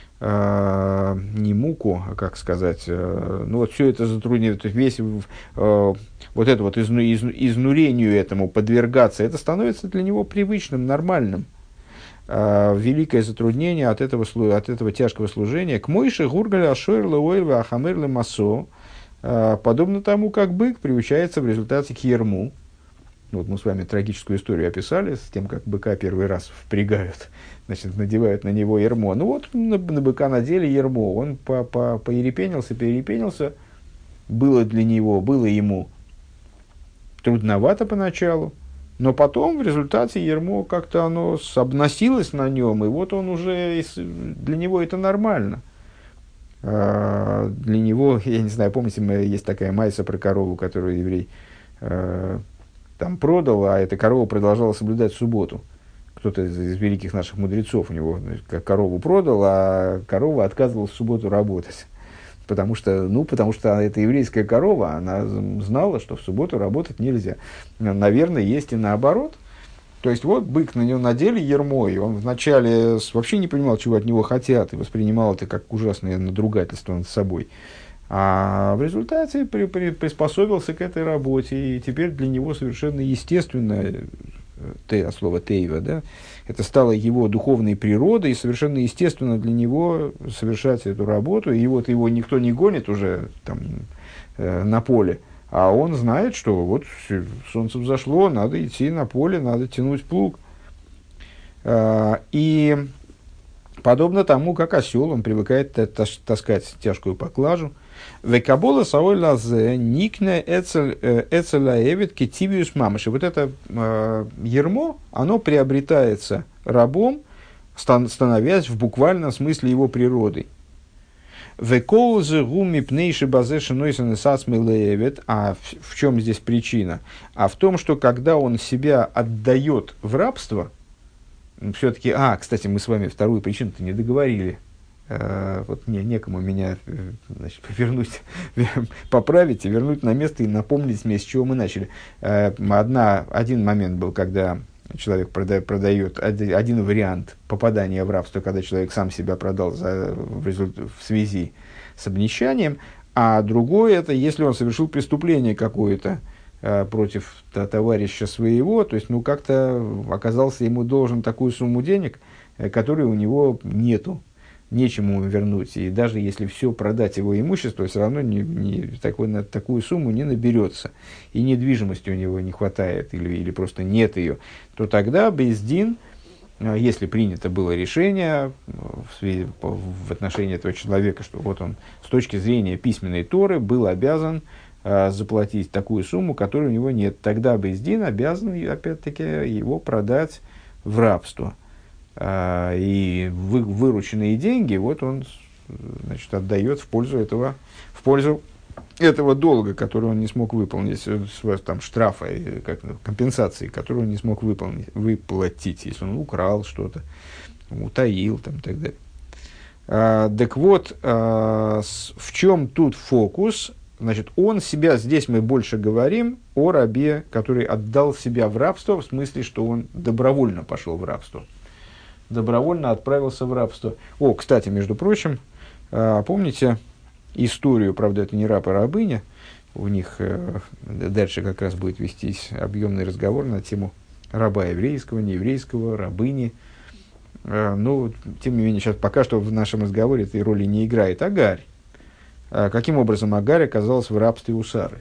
Uh, не муку, а как сказать, uh, ну вот все это затруднение, то есть весь uh, вот это вот изну, из, изнурению этому подвергаться, это становится для него привычным, нормальным. Uh, великое затруднение от этого, от этого тяжкого служения. К Мойше гургаля ашойрла уэльва ахамерла масо, подобно тому, как бык приучается в результате к ярму. Вот мы с вами трагическую историю описали с тем, как быка первый раз впрягают, значит, надевают на него ярмо. Ну вот на, на быка надели ярмо, он по, по, поерепенился, перерепенился, было для него, было ему трудновато поначалу, но потом в результате ярмо как-то оно обносилось на нем, и вот он уже, для него это нормально. А, для него, я не знаю, помните, есть такая майса про корову, которую еврей там продал, а эта корова продолжала соблюдать субботу. Кто-то из, из великих наших мудрецов у него, значит, корову продал, а корова отказывалась в субботу работать. Потому что, ну, потому что это еврейская корова, она знала, что в субботу работать нельзя. Наверное, есть и наоборот. То есть, вот бык на него надели ярмо, и он вначале вообще не понимал, чего от него хотят, и воспринимал это как ужасное надругательство над собой. А в результате при, при, приспособился к этой работе, и теперь для него совершенно естественно, те, от слова тейва, да, это стало его духовной природой, и совершенно естественно для него совершать эту работу, и вот его никто не гонит уже там, э, на поле, а он знает, что вот солнце взошло, надо идти на поле, надо тянуть плуг. А, и подобно тому, как осел, он привыкает таскать тяжкую поклажу. Векабола саой лазе никне эцеляевит кетивиус мамаши. Вот это э, ярмо, оно приобретается рабом, стан, становясь в буквальном смысле его природой. Веколзе гуми пнейши базеши нойсен сасмилеевит. А в, в чем здесь причина? А в том, что когда он себя отдает в рабство, все-таки, а, кстати, мы с вами вторую причину-то не договорили. Uh, вот мне некому меня, значит, вернуть, поправить и вернуть на место и напомнить мне, с чего мы начали. Uh, одна, один момент был, когда человек прода, продает, один, один вариант попадания в рабство, когда человек сам себя продал за, в, результ, в связи с обнищанием, а другое это, если он совершил преступление какое-то uh, против та, товарища своего, то есть, ну, как-то оказался ему должен такую сумму денег, uh, которой у него нету. Нечему вернуть, и даже если все продать его имущество, все равно не, не, такой, на такую сумму не наберется, и недвижимости у него не хватает, или, или просто нет ее, то тогда бейс-дин, если принято было решение в, связи, в отношении этого человека, что вот он с точки зрения письменной Торы был обязан а, заплатить такую сумму, которой у него нет, тогда бейс-дин обязан, опять-таки, его продать в рабство. И вы, вырученные деньги вот он, значит, отдает в пользу этого, в пользу этого долга, который он не смог выполнить, там, штрафа, как, компенсации, которую он не смог выполнить, выплатить, если он украл что-то, утаил там, и так далее. А, так вот, а, с, в чем тут фокус? Значит, он себя, здесь мы больше говорим о рабе, который отдал себя в рабство, в смысле, что он добровольно пошел в рабство. Добровольно отправился в рабство. О, кстати, между прочим, помните историю, правда, это не раб, а рабыня, у них дальше как раз будет вестись объемный разговор на тему раба еврейского, нееврейского, рабыни. Но, тем не менее, сейчас пока что в нашем разговоре этой роли не играет Агарь. Каким образом Агарь оказалась в рабстве у Сары?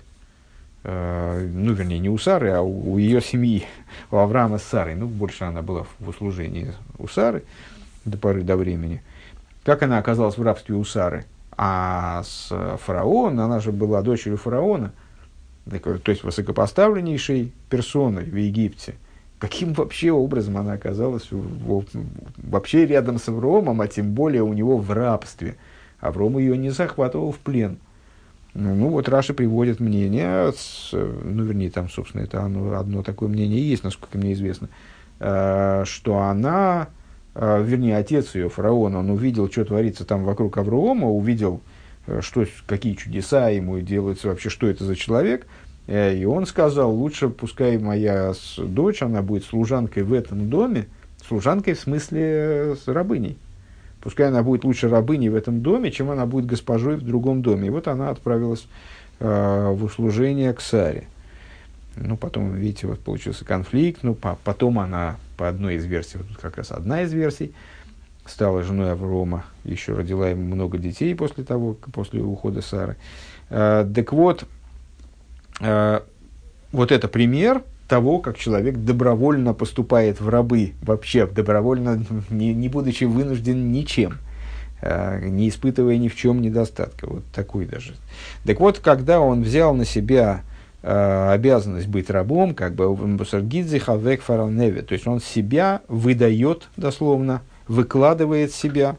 Ну, вернее, не у Сары, а у, у ее семьи, у Авраама с Сарой. Ну, больше она была в, в услужении у Сары до поры до времени. Как она оказалась в рабстве у Сары? А с фараоном, она же была дочерью фараона, то есть высокопоставленнейшей персоной в Египте. Каким вообще образом она оказалась в, в, вообще рядом с Авромом, а тем более у него в рабстве? Авром ее не захватывал в плен. Ну, ну вот Раши приводит мнение, с, ну, вернее, там, собственно, это оно, одно такое мнение есть, насколько мне известно, э, что она, э, вернее, отец ее, фараон, он увидел, что творится там вокруг Авраама, увидел, э, что, какие чудеса ему делаются, вообще, что это за человек, э, и он сказал, лучше пускай моя дочь, она будет служанкой в этом доме, служанкой в смысле э, с рабыней. Пускай она будет лучше рабыней в этом доме, чем она будет госпожой в другом доме. И вот она отправилась э, в услужение к Саре. Ну, потом, видите, вот получился конфликт. Ну, по, потом она, по одной из версий, вот тут как раз одна из версий, стала женой Аврома. Еще родила ему много детей после того, после ухода Сары. Э, так вот, э, вот это пример того, как человек добровольно поступает в рабы, вообще добровольно, не, не будучи вынужден ничем, э, не испытывая ни в чем недостатка. Вот такой даже. Так вот, когда он взял на себя э, обязанность быть рабом, как бы, то есть он себя выдает, дословно, выкладывает себя,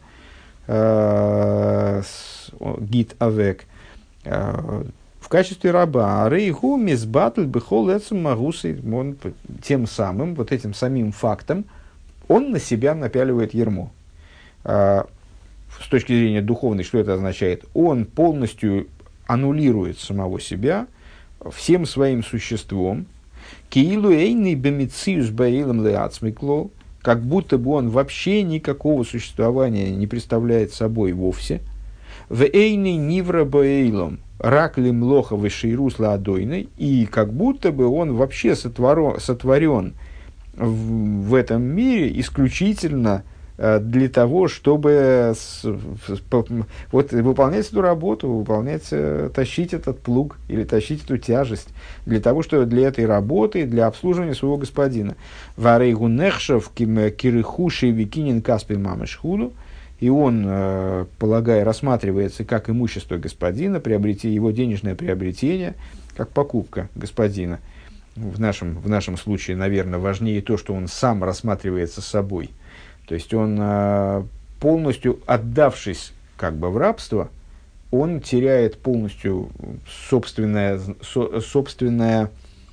э, гид авек, э, в качестве раба, рейху мисбатль бехол эцем магусы, он тем самым, вот этим самим фактом, он на себя напяливает ярмо. А, с точки зрения духовной, что это означает? Он полностью аннулирует самого себя всем своим существом, киилу эйный бемициус баилам леацмиклол, как будто бы он вообще никакого существования не представляет собой вовсе, в эйный нивра баилам, рак ли млоха вышейрус ладойной, и как будто бы он вообще сотворен, сотворен в, в этом мире исключительно э, для того, чтобы с, с, по, вот, выполнять эту работу, выполнять, э, тащить этот плуг или тащить эту тяжесть, для того, чтобы для этой работы, для обслуживания своего господина. Варейгу нехшев кирихуши викинин каспи мамышхуду. И он, э, полагая, рассматривается как имущество господина, приобрети, его денежное приобретение, как покупка господина. В нашем, в нашем случае, наверное, важнее то, что он сам рассматривается собой. То есть он, э, полностью отдавшись как бы в рабство, он теряет полностью собственное, со, собственное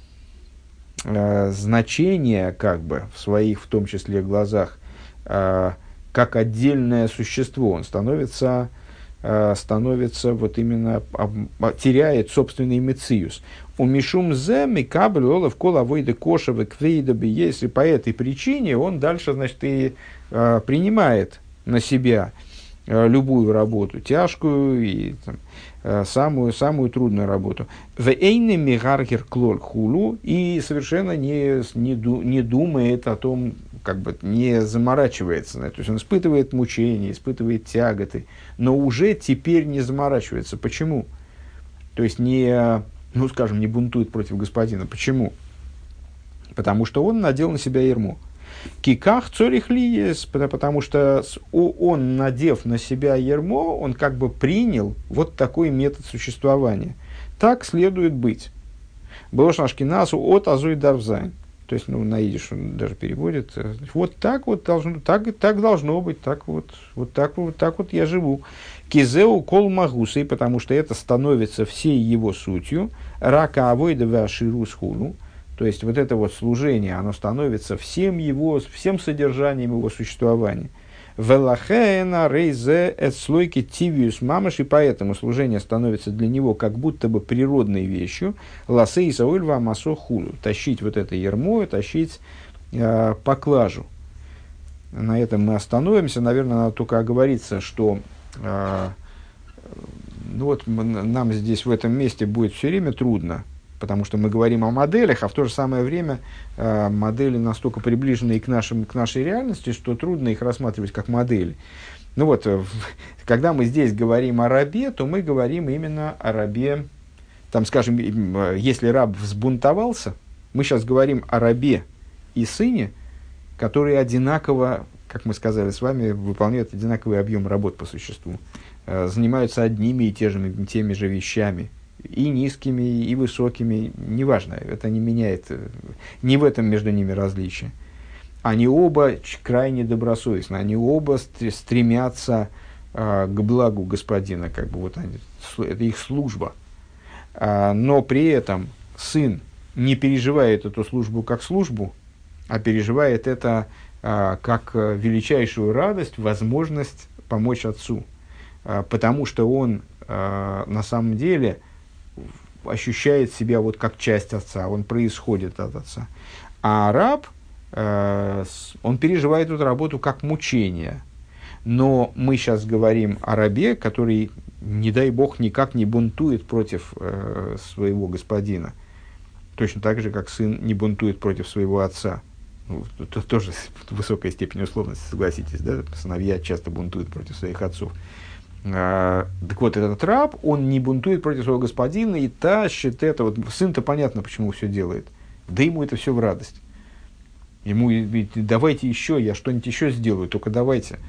э, значение, как бы, в своих, в том числе, глазах, э, как отдельное существо. Он становится, э, становится вот именно, а, теряет собственный мециус. У мишум зе микабель олов кола войда кошева квейда, если по этой причине он дальше, значит, и э, принимает на себя э, любую работу, тяжкую и там, э, самую, самую трудную работу. В эйне мигаргер клоль хулу, и совершенно не, не, ду, не думает о том, как бы не заморачивается, то есть он испытывает мучения, испытывает тяготы, но уже теперь не заморачивается. Почему? То есть не, ну скажем, не бунтует против господина. Почему? Потому что он надел на себя ярмо. Киках цорих лиес, потому что он, надев на себя ярмо, он как бы принял вот такой метод существования. Так следует быть. Брош ашкенасу от азуй дарвзайн. То есть, ну, на идиш он даже переводит. Вот так вот должно, так, так должно быть, так вот, вот так вот, так вот я живу. Кизеу кол магусой, потому что это становится всей его сутью. Рака авойда ваширу схуну. То есть, вот это вот служение, оно становится всем его, всем содержанием его существования. Велахена рейзе эцлойки тивиус мамаш, и поэтому служение становится для него как будто бы природной вещью. Ласей саульва масо хулю. Тащить вот это ярмо, тащить э, поклажу. На этом мы остановимся. Наверное, надо только оговориться, что э, ну вот, нам здесь в этом месте будет все время трудно, потому что мы говорим о моделях, а в то же самое время э, модели настолько приближены к, нашим, к нашей реальности, что трудно их рассматривать как модели. Ну вот, э, когда мы здесь говорим о рабе, то мы говорим именно о рабе, там, скажем, э, если раб взбунтовался, мы сейчас говорим о рабе и сыне, которые одинаково, как мы сказали с вами, выполняют одинаковый объем работ по существу, э, занимаются одними и те же, теми же вещами, и низкими, и высокими, неважно, это не меняет, не в этом между ними различие. Они оба крайне добросовестны, они оба стремятся э, к благу господина, как бы вот они, это их служба, А, но при этом сын не переживает эту службу как службу, а переживает это а, как величайшую радость, возможность помочь отцу. А, потому что он а, на самом деле ощущает себя вот как часть отца, он происходит от отца. А раб, э, он переживает эту работу как мучение. Но мы сейчас говорим о рабе, который, не дай бог, никак не бунтует против э, своего господина. Точно так же, как сын не бунтует против своего отца. Ну, это тоже высокая степень условности, согласитесь, да? Сыновья часто бунтуют против своих отцов. А, так вот, этот раб, он не бунтует против своего господина и тащит это. Вот сын-то понятно, почему все делает. Да ему это все в радость. Ему давайте еще, я что-нибудь еще сделаю, только давайте.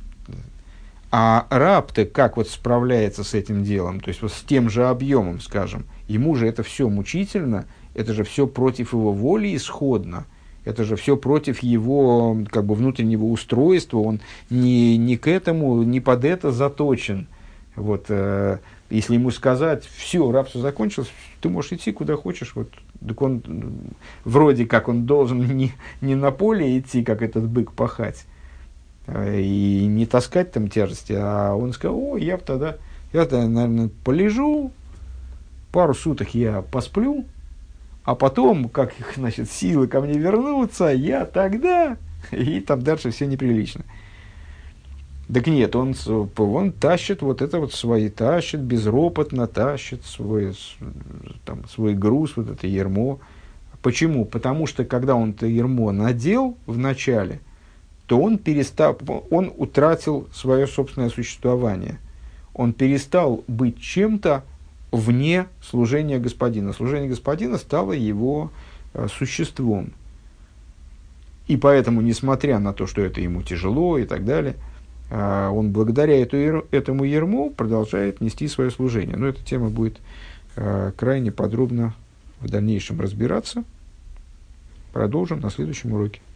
А раб-то как вот справляется с этим делом, то есть вот с тем же объемом, скажем, ему же это все мучительно, это же все против его воли исходно. Это же все против его как бы, внутреннего устройства, он не, не к этому, не под это заточен. Вот, э, если ему сказать, все, рабство закончилось, ты можешь идти куда хочешь, вот, так он, вроде как он должен не, не на поле идти, как этот бык пахать, э, и не таскать там тяжести, а он сказал, о, я тогда, я тогда, наверное, полежу, пару суток я посплю, а потом, как значит, силы ко мне вернутся, я тогда... И там дальше все неприлично. Так нет, он, он тащит вот это вот свои, тащит, безропотно тащит свой, там, свой груз, вот это ярмо. Почему? Потому что, когда он это ярмо надел в начале, то он перестал, он утратил свое собственное существование. Он перестал быть чем-то вне служения господина. Служение господина стало его э, существом. И поэтому, несмотря на то, что это ему тяжело и так далее, э, он благодаря эту, этому ярму продолжает нести свое служение. Но эта тема будет э, крайне подробно в дальнейшем разбираться. Продолжим на следующем уроке.